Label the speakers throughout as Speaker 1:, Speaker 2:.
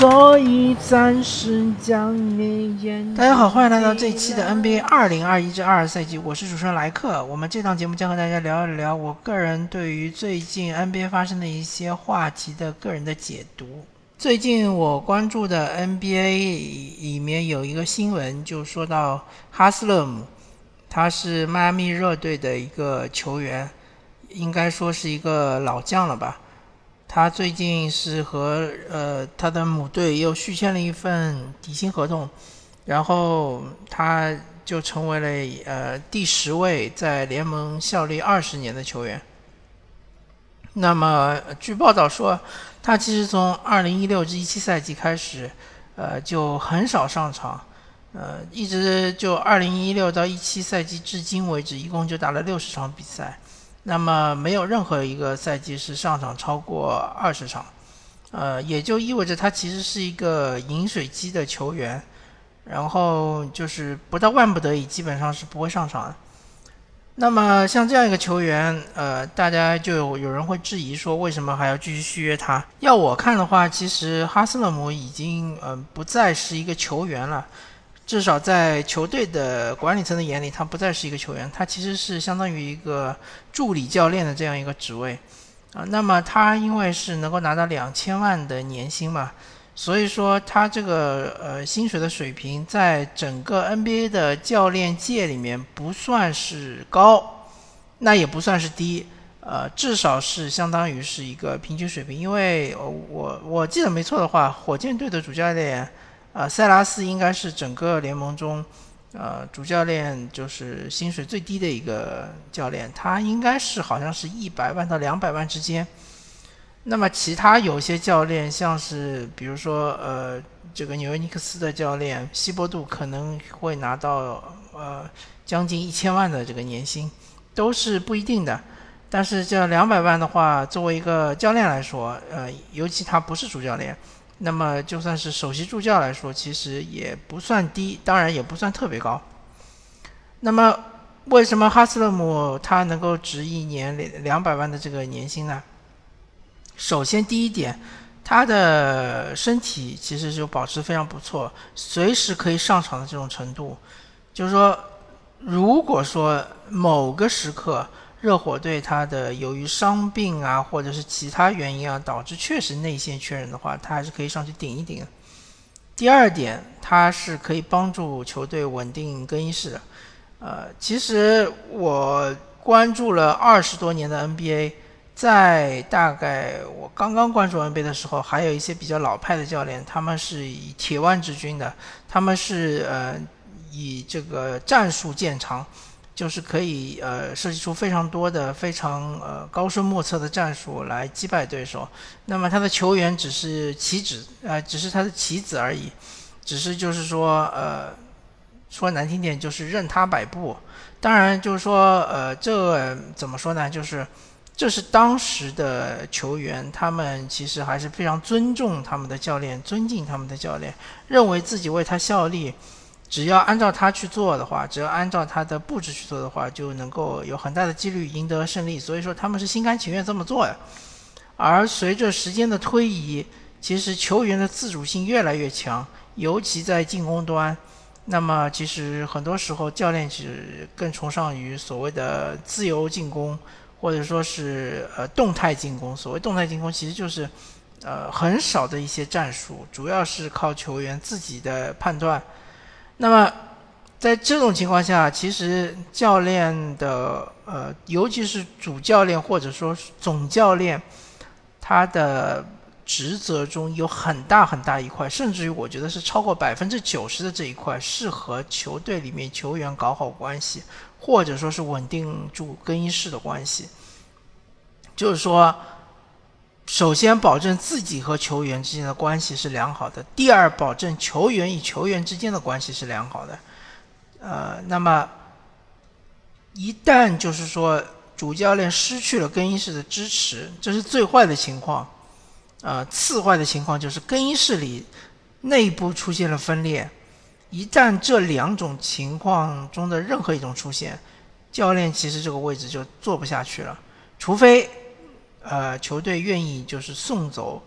Speaker 1: 所以暂时将你眼。
Speaker 2: 大家好，欢迎来到这一期的 NBA 2021-22赛季，我是主持人莱克。我们这档节目将和大家聊一聊我个人对于最近 NBA 发生的一些话题的个人的解读。最近我关注的 NBA 里面有一个新闻，就说到哈斯勒姆，他是迈阿密热队的一个球员，应该说是一个老将了吧。他最近是和他的母队又续签了一份底薪合同，然后他就成为了第10位在联盟效力20年的球员。那么据报道说，他其实从2016-17赛季开始，就很少上场，一直就2016到17赛季至今为止，一共就打了60场比赛。那么没有任何一个赛季是上场超过20场，也就意味着他其实是一个饮水机的球员，然后就是不到万不得已基本上是不会上场的。那么像这样一个球员，大家就有人会质疑说，为什么还要继续续约他？要我看的话，其实哈斯勒姆已经不再是一个球员了。至少在球队的管理层的眼里，他不再是一个球员，他其实是相当于一个助理教练的这样一个职位那么他因为是能够拿到2000万的年薪嘛，所以说他这个薪水的水平在整个 NBA 的教练界里面不算是高，那也不算是低，至少是相当于是一个平均水平。因为我记得没错的话，火箭队的主教练塞拉斯应该是整个联盟中主教练就是薪水最低的一个教练，他应该是好像是100万到200万之间。那么其他有些教练，像是比如说这个纽约尼克斯的教练希伯杜可能会拿到将近1000万的这个年薪，都是不一定的。但是这200万的话，作为一个教练来说，尤其他不是主教练，那么就算是首席助教来说，其实也不算低，当然也不算特别高。那么为什么哈斯勒姆他能够值一年200万的这个年薪呢？首先第一点，他的身体其实就保持非常不错，随时可以上场的这种程度。就是说，如果说某个时刻热火队他的由于伤病啊，或者是其他原因啊，导致确实内线缺人的话，他还是可以上去顶一顶的。第二点，他是可以帮助球队稳定更衣室的。其实我关注了20多年的 NBA， 在大概我刚刚关注 NBA 的时候，还有一些比较老派的教练，他们是以铁腕之军的，他们是以这个战术见长，就是可以设计出非常多的非常高深莫测的战术来击败对手。那么他的球员只是棋子只是他的棋子而已，只是就是说说难听点就是任他摆布。当然就是说这怎么说呢，就是这是当时的球员，他们其实还是非常尊重他们的教练，尊敬他们的教练，认为自己为他效力，只要按照他去做的话，只要按照他的布置去做的话，就能够有很大的几率赢得胜利。所以说他们是心甘情愿这么做的。而随着时间的推移，其实球员的自主性越来越强，尤其在进攻端。那么其实很多时候教练其实更崇尚于所谓的自由进攻，或者说是动态进攻。所谓动态进攻其实就是很少的一些战术，主要是靠球员自己的判断。那么在这种情况下，其实教练的尤其是主教练或者说总教练，他的职责中有很大很大一块，甚至于我觉得是超过90%的这一块，是和球队里面球员搞好关系，或者说是稳定住更衣室的关系。就是说，首先保证自己和球员之间的关系是良好的，第二，保证球员与球员之间的关系是良好的。那么一旦就是说主教练失去了更衣室的支持，这是最坏的情况。次坏的情况就是更衣室里内部出现了分裂。一旦这两种情况中的任何一种出现，教练其实这个位置就坐不下去了，除非球队愿意就是送走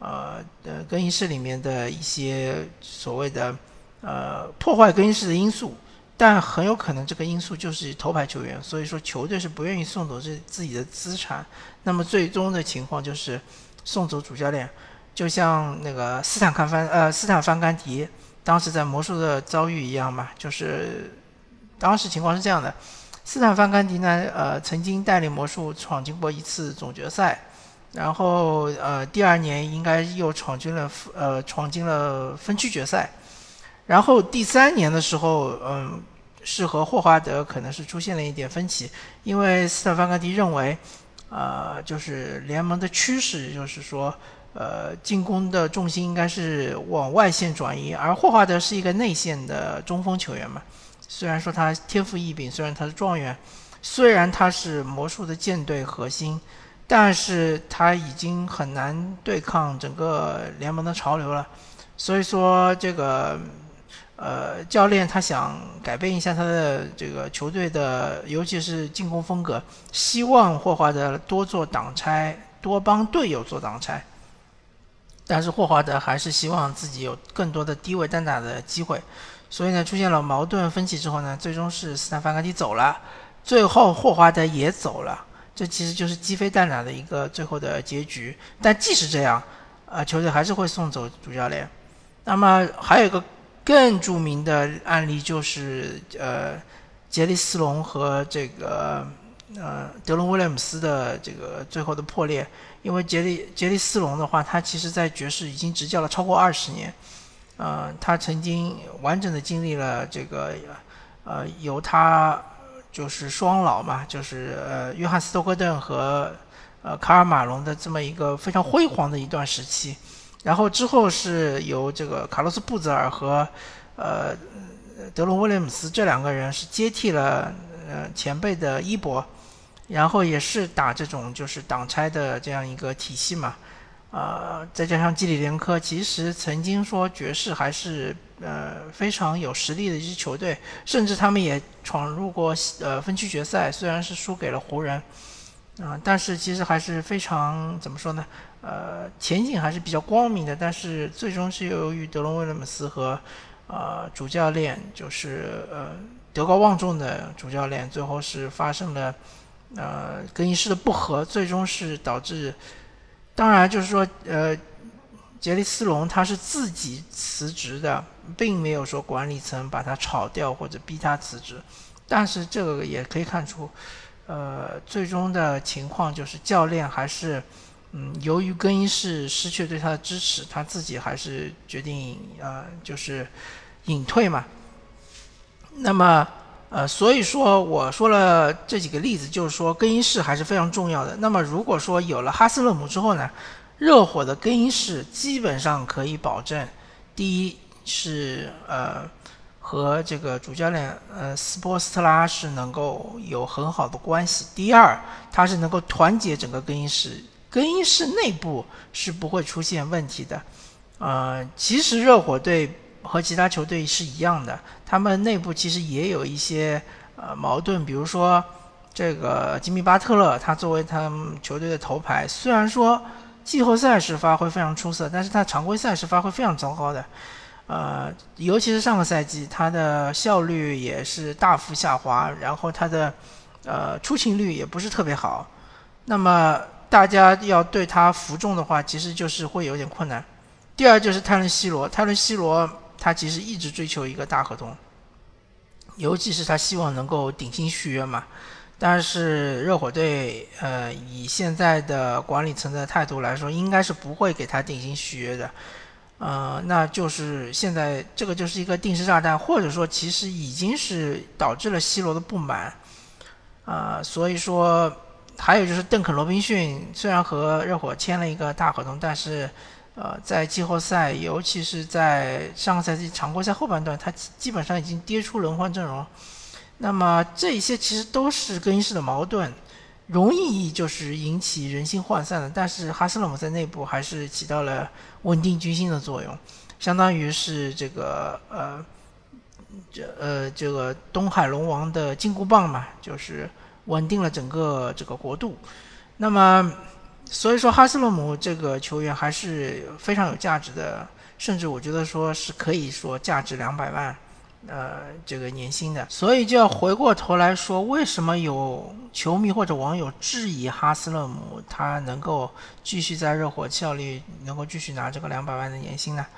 Speaker 2: 更衣室里面的一些所谓的破坏更衣室的因素，但很有可能这个因素就是头牌球员，所以说球队是不愿意送走自己的资产，那么最终的情况就是送走主教练，就像那个斯坦范甘迪当时在魔术的遭遇一样嘛，就是当时情况是这样的，斯坦范甘迪呢曾经带领魔术闯进过一次总决赛，然后第二年应该又闯进了分区决赛，然后第3年的时候是和霍华德可能是出现了一点分歧，因为斯坦范甘迪认为就是联盟的趋势就是说进攻的重心应该是往外线转移，而霍华德是一个内线的中锋球员嘛，虽然说他天赋异禀，虽然他是状元，虽然他是魔术的舰队核心，但是他已经很难对抗整个联盟的潮流了，所以说这个教练他想改变一下他的这个球队的尤其是进攻风格，希望霍华德多做挡拆，多帮队友做挡拆，但是霍华德还是希望自己有更多的低位单打的机会，所以呢出现了矛盾分歧之后呢，最终是斯坦范甘迪走了，最后霍华德也走了，这其实就是鸡飞蛋打的一个最后的结局。但即使这样球队还是会送走主教练。那么还有一个更著名的案例就是杰里斯隆和这个德隆威廉姆斯的这个最后的破裂。因为杰里斯隆的话，他其实在爵士已经执教了超过20年，他曾经完整的经历了这个由他就是双老嘛，就是约翰斯托克顿和卡尔马龙的这么一个非常辉煌的一段时期，然后之后是由这个卡洛斯布泽尔和德隆威廉姆斯这2个人是接替了前辈的衣钵，然后也是打这种就是挡拆的这样一个体系嘛，再加上基里连科，其实曾经说爵士还是非常有实力的一支球队，甚至他们也闯入过分区决赛，虽然是输给了湖人，但是其实还是非常怎么说呢，前景还是比较光明的，但是最终是由于德隆威廉姆斯和主教练就是德高望重的主教练，最后是发生了更衣室的不和，最终是导致，当然就是说杰里斯隆他是自己辞职的，并没有说管理层把他炒掉或者逼他辞职，但是这个也可以看出最终的情况就是教练还是由于更衣室失去对他的支持，他自己还是决定就是隐退嘛。那么所以说我说了这几个例子，就是说更衣室还是非常重要的。那么如果说有了哈斯勒姆之后呢，热火的更衣室基本上可以保证，第一是和这个主教练斯波斯特拉是能够有很好的关系，第二他是能够团结整个更衣室，更衣室内部是不会出现问题的。其实热火队和其他球队是一样的，他们内部其实也有一些矛盾，比如说这个吉米巴特勒，他作为他们球队的头牌，虽然说季后赛是发挥非常出色，但是他常规赛是发挥非常糟糕的，尤其是上个赛季他的效率也是大幅下滑，然后他的出勤率也不是特别好，那么大家要对他服众的话，其实就是会有点困难。第二就是泰伦西罗他其实一直追求一个大合同，尤其是他希望能够顶薪续约嘛。但是热火队以现在的管理层的态度来说，应该是不会给他顶薪续约的。那就是现在这个就是一个定时炸弹，或者说其实已经是导致了西罗的不满。所以说还有就是邓肯罗宾逊虽然和热火签了一个大合同，但是在季后赛，尤其是在上个赛季常规赛后半段，他基本上已经跌出轮换阵容。那么这一些其实都是更衣室的矛盾，容易就是引起人心涣散的。但是哈斯勒姆在内部还是起到了稳定军心的作用，相当于是这个这个东海龙王的金箍棒嘛，就是稳定了整个这个国度。那么所以说哈斯勒姆这个球员还是非常有价值的，甚至我觉得说是可以说价值200万这个年薪的。所以就要回过头来说，为什么有球迷或者网友质疑哈斯勒姆他能够继续在热火效力，能够继续拿这个200万的年薪呢？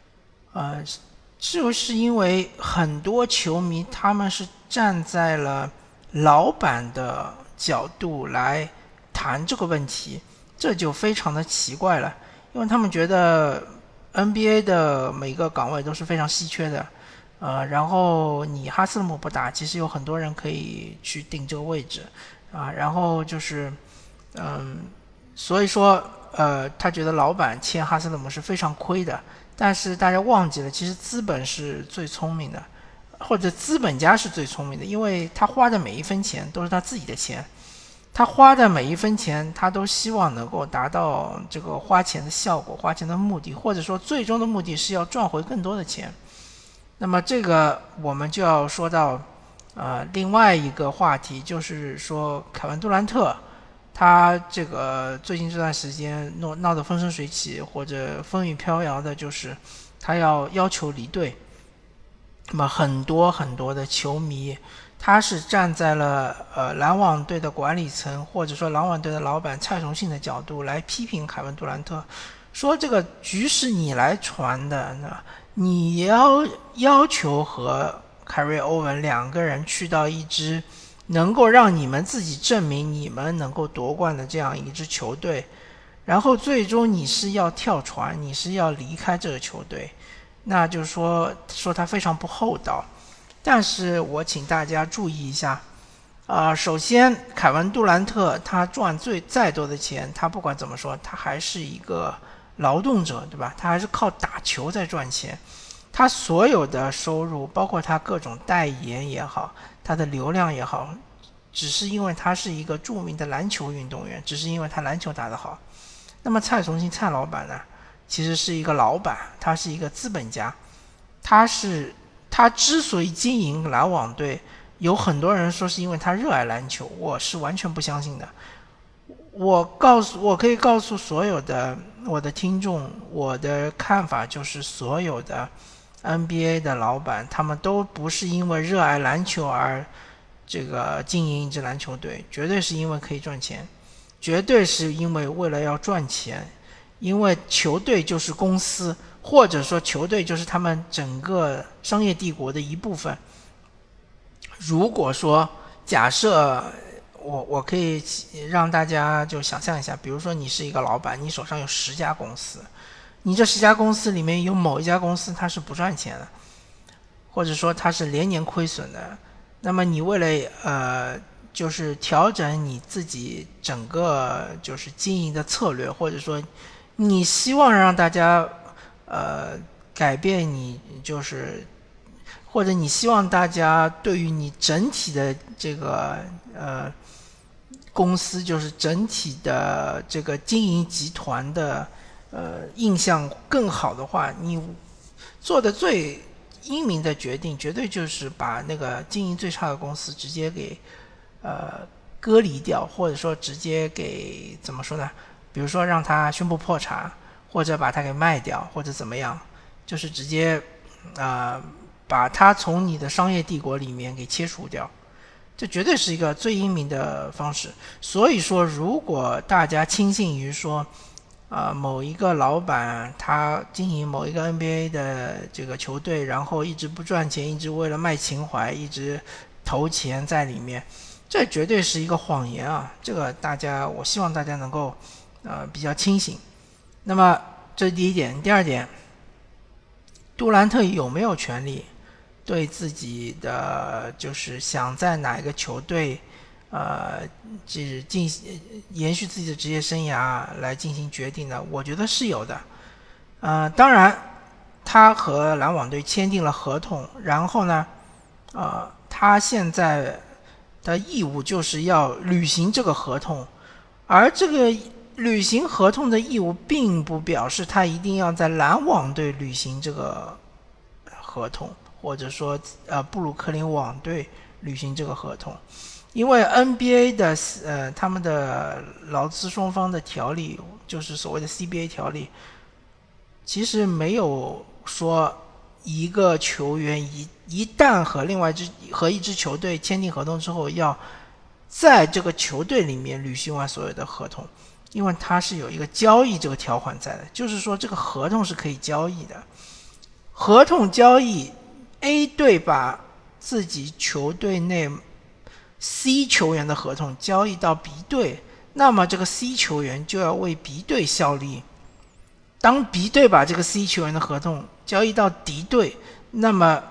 Speaker 2: 就是因为很多球迷他们是站在了老板的角度来谈这个问题，这就非常的奇怪了，因为他们觉得 NBA 的每个岗位都是非常稀缺的，然后你哈斯勒姆不打，其实有很多人可以去顶这个位置，然后就是，所以说，他觉得老板签哈斯勒姆是非常亏的，但是大家忘记了，其实资本是最聪明的，或者资本家是最聪明的，因为他花的每一分钱都是他自己的钱。他花的每一分钱，他都希望能够达到这个花钱的效果，花钱的目的，或者说最终的目的是要赚回更多的钱。那么这个我们就要说到另外一个话题，就是说凯文杜兰特他这个最近这段时间闹得风生水起或者风雨飘摇的，就是他要求离队。那么很多很多的球迷，他是站在了篮网队的管理层或者说篮网队的老板蔡崇信的角度来批评凯文杜兰特，说这个局是你来传的，你要求和凯瑞欧文2个人去到一支能够让你们自己证明你们能够夺冠的这样一支球队，然后最终你是要跳船，你是要离开这个球队，那就是说他非常不厚道。但是我请大家注意一下，首先凯文杜兰特他赚再多的钱，他不管怎么说，他还是一个劳动者，对吧？他还是靠打球在赚钱，他所有的收入，包括他各种代言也好，他的流量也好，只是因为他是一个著名的篮球运动员，只是因为他篮球打得好。那么蔡崇信蔡老板呢，其实是一个老板，他是一个资本家，他之所以经营篮网队，有很多人说是因为他热爱篮球，我是完全不相信的。我可以告诉所有的我的听众，我的看法就是所有的 NBA 的老板，他们都不是因为热爱篮球而这个经营一支篮球队，绝对是因为可以赚钱，绝对是因为了要赚钱，因为球队就是公司，或者说球队就是他们整个商业帝国的一部分。如果说假设我可以让大家就想象一下，比如说你是一个老板，你手上有10家公司，你这10家公司里面有某一家公司它是不赚钱的，或者说它是连年亏损的，那么你为了就是调整你自己整个就是经营的策略，或者说你希望让大家改变你就是或者你希望大家对于你整体的这个公司，就是整体的这个经营集团的印象更好的话，你做的最英明的决定绝对就是把那个经营最差的公司直接给割离掉，或者说直接给怎么说呢，比如说让他宣布破产，或者把它给卖掉，或者怎么样，就是直接把它从你的商业帝国里面给切除掉，这绝对是一个最英明的方式。所以说如果大家轻信于说某一个老板他经营某一个 NBA 的这个球队，然后一直不赚钱，一直为了卖情怀，一直投钱在里面，这绝对是一个谎言啊！这个我希望大家能够比较清醒。那么这是第一点。第二点，杜兰特有没有权利对自己的就是想在哪一个球队就是延续自己的职业生涯来进行决定呢？我觉得是有的。当然他和篮网队签订了合同，然后呢他现在的义务就是要履行这个合同，而这个履行合同的义务并不表示他一定要在篮网队履行这个合同，或者说布鲁克林网队履行这个合同。 因为 NBA 的他们的劳资双方的条例，就是所谓的 CBA 条例，其实没有说一个球员一旦和一支球队签订合同之后，要在这个球队里面履行完所有的合同，因为它是有一个交易这个条款在的，就是说这个合同是可以交易的。合同交易 A 队把自己球队内 C 球员的合同交易到 B 队，那么这个 C 球员就要为 B 队效力。当 B 队把这个 C 球员的合同交易到 D 队，那么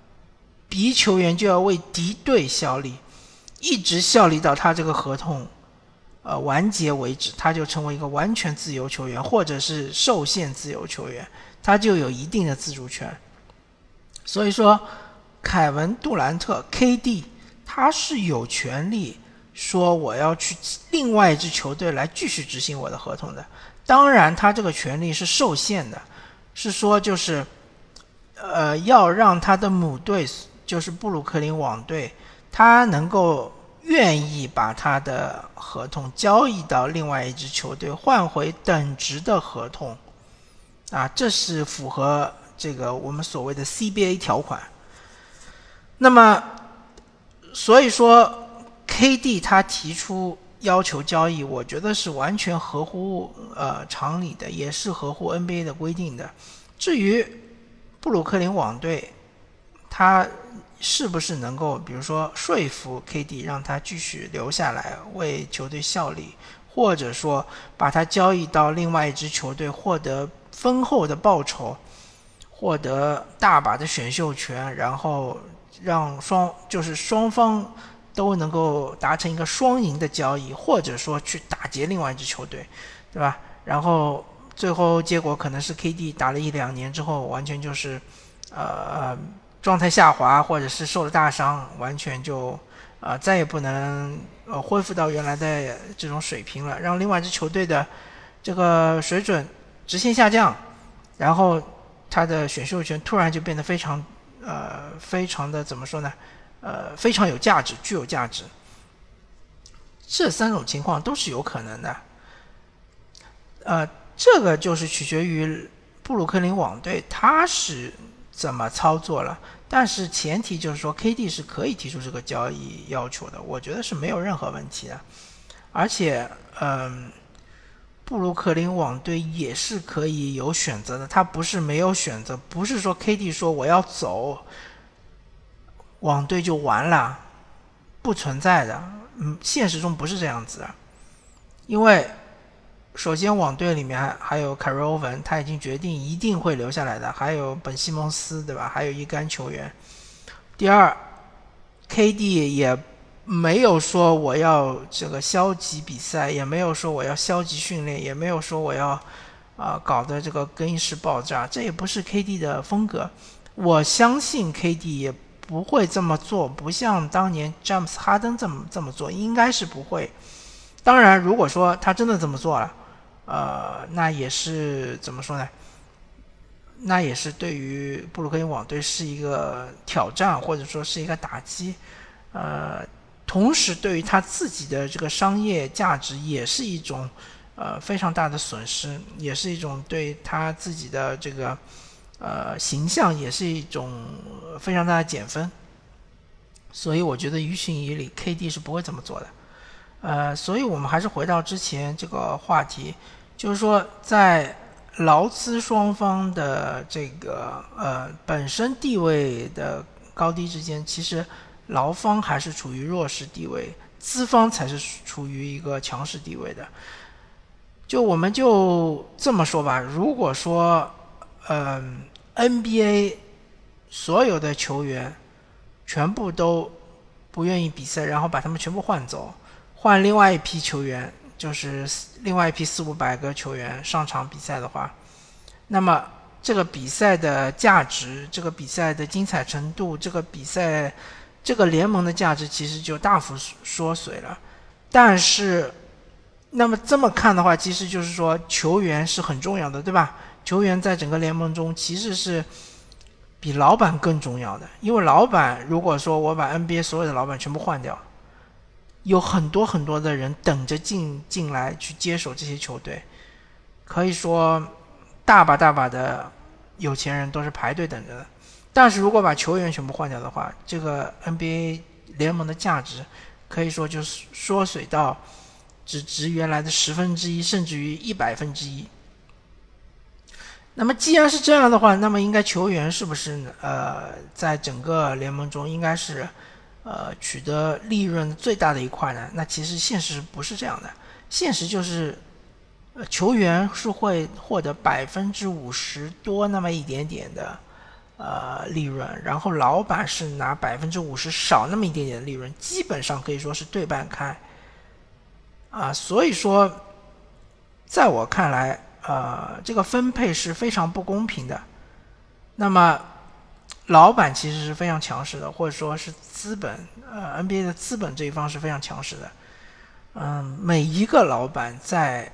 Speaker 2: B 球员就要为 D 队效力，一直效力到他这个合同完结为止，他就成为一个完全自由球员，或者是受限自由球员，他就有一定的自主权。所以说凯文杜兰特 KD 他是有权利说我要去另外一支球队来继续执行我的合同的。当然他这个权利是受限的，是说就是要让他的母队就是布鲁克林网队，他能够愿意把他的合同交易到另外一支球队，换回等值的合同啊，这是符合这个我们所谓的 CBA 条款。那么所以说 KD 他提出要求交易，我觉得是完全合乎常理的，也是合乎 NBA 的规定的。至于布鲁克林网队他是不是能够比如说说服 KD 让他继续留下来为球队效力，或者说把他交易到另外一支球队获得丰厚的报酬，获得大把的选秀权，然后让双方都能够达成一个双赢的交易，或者说去打劫另外一支球队，对吧？然后最后结果可能是 KD 打了1-2年之后完全就是状态下滑，或者是受了大伤，完全就再也不能恢复到原来的这种水平了，让另外一支球队的这个水准直线下降，然后他的选秀权突然就变得非常的怎么说呢？非常有价值，具有价值。这3种情况都是有可能的。这个就是取决于布鲁克林网队他是怎么操作了，但是前提就是说 KD 是可以提出这个交易要求的，我觉得是没有任何问题的。而且布鲁克林网队也是可以有选择的，他不是没有选择，不是说 KD 说我要走网队就完了，不存在的。现实中不是这样子的。因为首先网队里面还有凯瑞欧文，他已经决定一定会留下来的，还有本西蒙斯，对吧？还有一干球员。第二 KD 也没有说我要这个消极比赛，也没有说我要消极训练，也没有说我要搞的这个更衣室爆炸，这也不是 KD 的风格。我相信 KD 也不会这么做，不像当年詹姆斯哈登这么做，应该是不会。当然如果说他真的这么做了，那也是怎么说呢？那也是对于布鲁克林网队是一个挑战，或者说是一个打击。同时对于他自己的这个商业价值也是一种非常大的损失，也是一种对他自己的这个形象也是一种非常大的减分。所以我觉得于情于理 KD 是不会这么做的。所以我们还是回到之前这个话题，就是说在劳资双方的这个本身地位的高低之间，其实劳方还是处于弱势地位，资方才是处于一个强势地位的。我们就这么说吧，如果说NBA 所有的球员全部都不愿意比赛，然后把他们全部换走，换另外一批球员，就是另外一批400-500个球员上场比赛的话，那么这个比赛的价值，这个比赛的精彩程度，这个比赛这个联盟的价值其实就大幅缩水了。但是那么这么看的话，其实就是说球员是很重要的，对吧？球员在整个联盟中其实是比老板更重要的。因为老板如果说我把 NBA 所有的老板全部换掉， 有很多很多的人等着进来去接手这些球队，可以说大把大把的有钱人都是排队等着的。但是如果把球员全部换掉的话，这个 NBA 联盟的价值可以说就是缩水到只值原来的1/10，甚至于100%。那么既然是这样的话，那么应该球员是不是在整个联盟中应该是取得利润最大的一块呢？那其实现实不是这样的，现实就是球员是会获得50%多那么一点点的利润，然后老板是拿50%少那么一点点的利润，基本上可以说是对半开所以说在我看来这个分配是非常不公平的。那么老板其实是非常强势的，或者说是资本NBA 的资本这一方是非常强势的。每一个老板在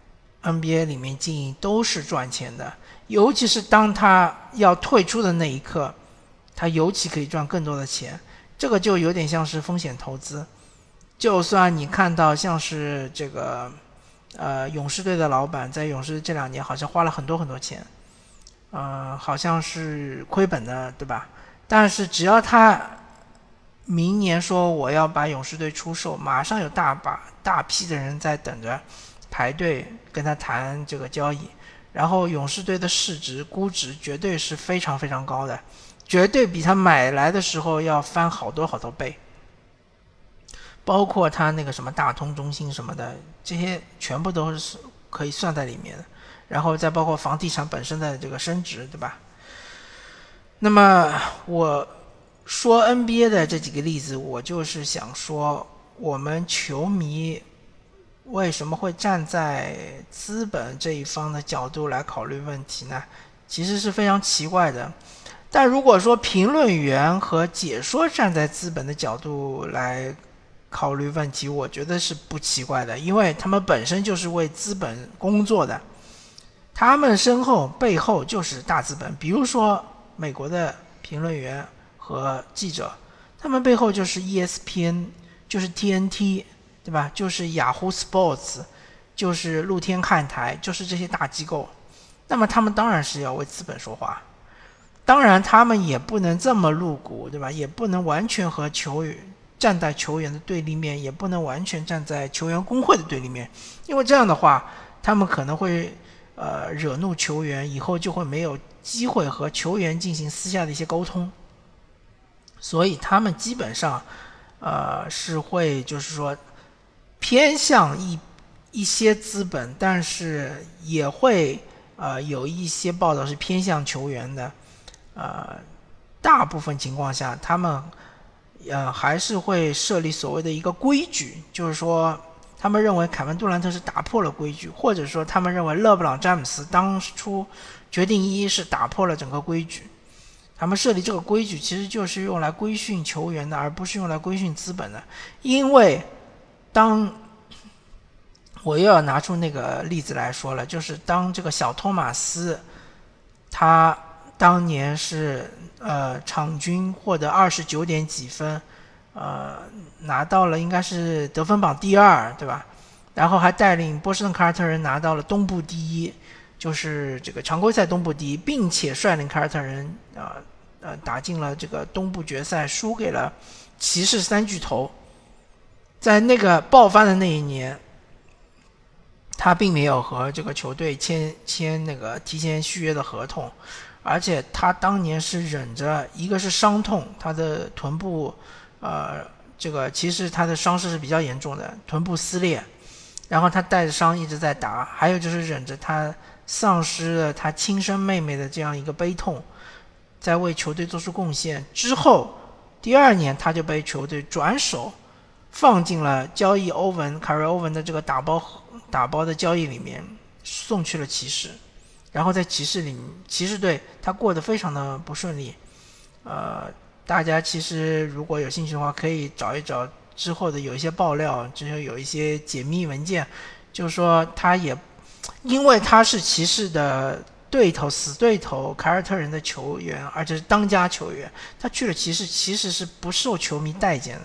Speaker 2: NBA 里面经营都是赚钱的，尤其是当他要退出的那一刻，他尤其可以赚更多的钱。这个就有点像是风险投资。就算你看到像是这个勇士队的老板在勇士这2年好像花了很多很多钱，好像是亏本的，对吧？但是只要他明年说我要把勇士队出售，马上有大批的人在等着排队跟他谈这个交易，然后勇士队的市值估值绝对是非常非常高的，绝对比他买来的时候要翻好多好多倍，包括他那个什么大通中心什么的，这些全部都是可以算在里面的，然后再包括房地产本身的这个升值，对吧？那么我说 NBA 的这几个例子，我就是想说我们球迷为什么会站在资本这一方的角度来考虑问题呢？其实是非常奇怪的。但如果说评论员和解说站在资本的角度来考虑问题，我觉得是不奇怪的，因为他们本身就是为资本工作的，他们背后就是大资本。比如说美国的评论员和记者，他们背后就是 ESPN， 就是 TNT， 对吧？就是 Yahoo Sports， 就是露天看台，就是这些大机构。那么他们当然是要为资本说话，当然他们也不能这么露骨，对吧？也不能完全和站在球员的对立面，也不能完全站在球员工会的对立面，因为这样的话他们可能会惹怒球员，以后就会没有机会和球员进行私下的一些沟通。所以他们基本上是会就是说偏向一些资本，但是也会有一些报道是偏向球员的。大部分情况下他们还是会设立所谓的一个规矩，就是说他们认为凯文杜兰特是打破了规矩，或者说他们认为勒布朗詹姆斯当初决定1是打破了整个规矩。他们设立这个规矩其实就是用来规训球员的，而不是用来规训资本的。因为当我又要拿出那个例子来说了，就是当这个小托马斯他当年是场均获得29点几分，拿到了应该是得分榜第2，对吧？然后还带领波士顿凯尔特人拿到了东部第1，就是这个常规赛东部第1，并且率领凯尔特人打进了这个东部决赛，输给了骑士3巨头。在那个爆发的那一年，他并没有和这个球队签那个提前续约的合同，而且他当年是忍着，一个是伤痛，他的臀部这个其实他的伤势是比较严重的，臀部撕裂，然后他带着伤一直在打，还有就是忍着他丧失了他亲生妹妹的这样一个悲痛，在为球队做出贡献之后，第2年他就被球队转手放进了交易凯瑞欧文的这个打包的交易里面，送去了骑士。然后在骑士队他过得非常的不顺利。大家其实如果有兴趣的话，可以找一找之后的有一些爆料，就是有一些解密文件，就是说他也因为他是骑士的死对头凯尔特人的球员，而且是当家球员，他去了骑士其实是不受球迷待见的。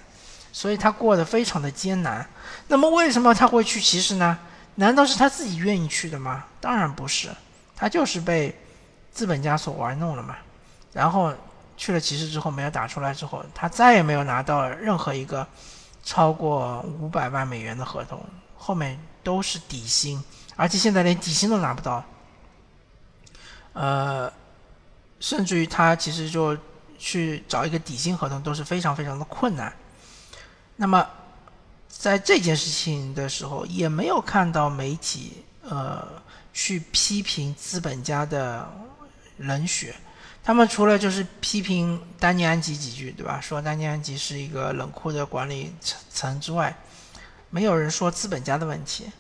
Speaker 2: 所以他过得非常的艰难。那么为什么他会去骑士呢？难道是他自己愿意去的吗？当然不是，他就是被资本家所玩弄了嘛。然后去了骑士之后，没有打出来之后，他再也没有拿到任何一个超过500万美元的合同，后面都是底薪，而且现在连底薪都拿不到。甚至于他其实就去找一个底薪合同都是非常非常的困难。那么在这件事情的时候，也没有看到媒体去批评资本家的冷血，他们除了就是批评丹尼安吉几句，对吧？说丹尼安吉是一个冷酷的管理层之外，没有人说资本家的问题。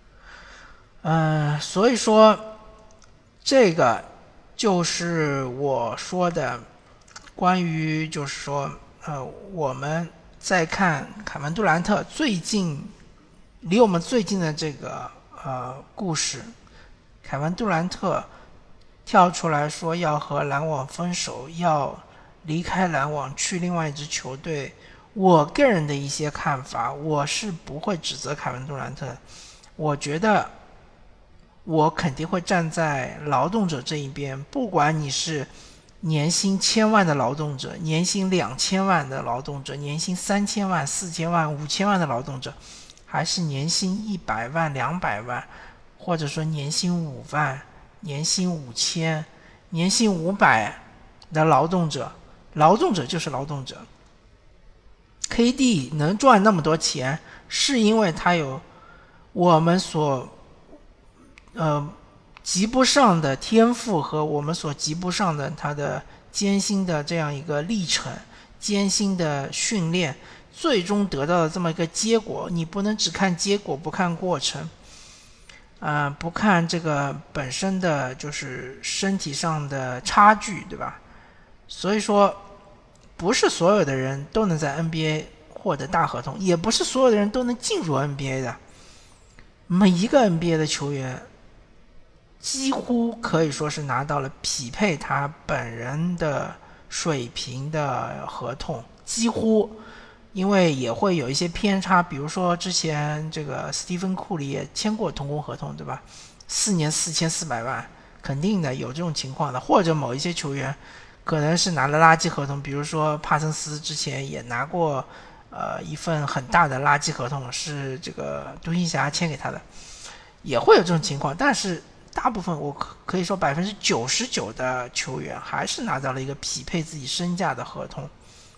Speaker 2: 所以说这个就是我说的关于就是说我们在看凯文杜兰特最近离我们最近的这个故事，凯文杜兰特跳出来说要和篮网分手，要离开篮网去另外一支球队，我个人的一些看法，我是不会指责凯文杜兰特，我觉得我肯定会站在劳动者这一边，不管你是年薪1000万的劳动者，年薪2000万的劳动者，年薪3000万、4000万、5000万的劳动者，还是年薪100万、200万，或者说年薪5万、年薪5000、年薪500的劳动者，劳动者就是劳动者。KD 能赚那么多钱，是因为他有我们所及不上的天赋和我们所及不上的他的艰辛的这样一个历程，艰辛的训练，最终得到的这么一个结果。你不能只看结果不看过程，不看这个本身的就是身体上的差距，对吧？所以说不是所有的人都能在 NBA 获得大合同，也不是所有的人都能进入 NBA 的。每一个 NBA 的球员几乎可以说是拿到了匹配他本人的水平的合同，几乎，因为也会有一些偏差，比如说之前这个斯蒂芬库里也签过同工合同，对吧？4年4400万，肯定的有这种情况的，或者某一些球员可能是拿了垃圾合同，比如说帕森斯之前也拿过一份很大的垃圾合同，是这个独行侠签给他的，也会有这种情况，但是大部分我可以说99%的球员还是拿到了一个匹配自己身价的合同。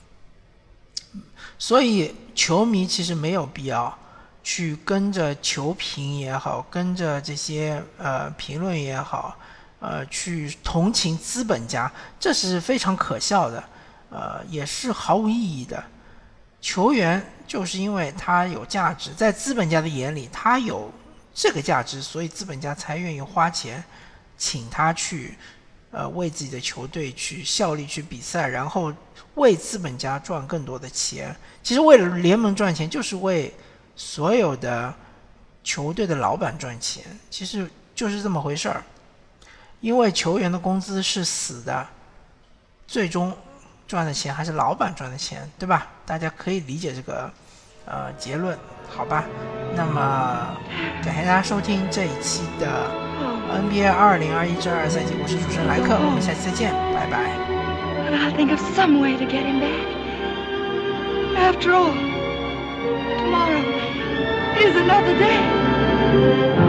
Speaker 2: 所以球迷其实没有必要去跟着球评也好，跟着这些评论也好，去同情资本家，这是非常可笑的，也是毫无意义的。球员就是因为他有价值，在资本家的眼里他有这个价值，所以资本家才愿意花钱请他去为自己的球队去效力去比赛，然后为资本家赚更多的钱。其实为了联盟赚钱，就是为所有的球队的老板赚钱，其实就是这么回事儿。因为球员的工资是死的，最终赚的钱还是老板赚的钱，对吧？大家可以理解这个结论，好吧？那么感谢大家收听这一期的 NBA 2021-22赛季，我是主持人莱克，我们下期再见，拜拜。
Speaker 3: I'll think of some way to get him back. After all, tomorrow is another day.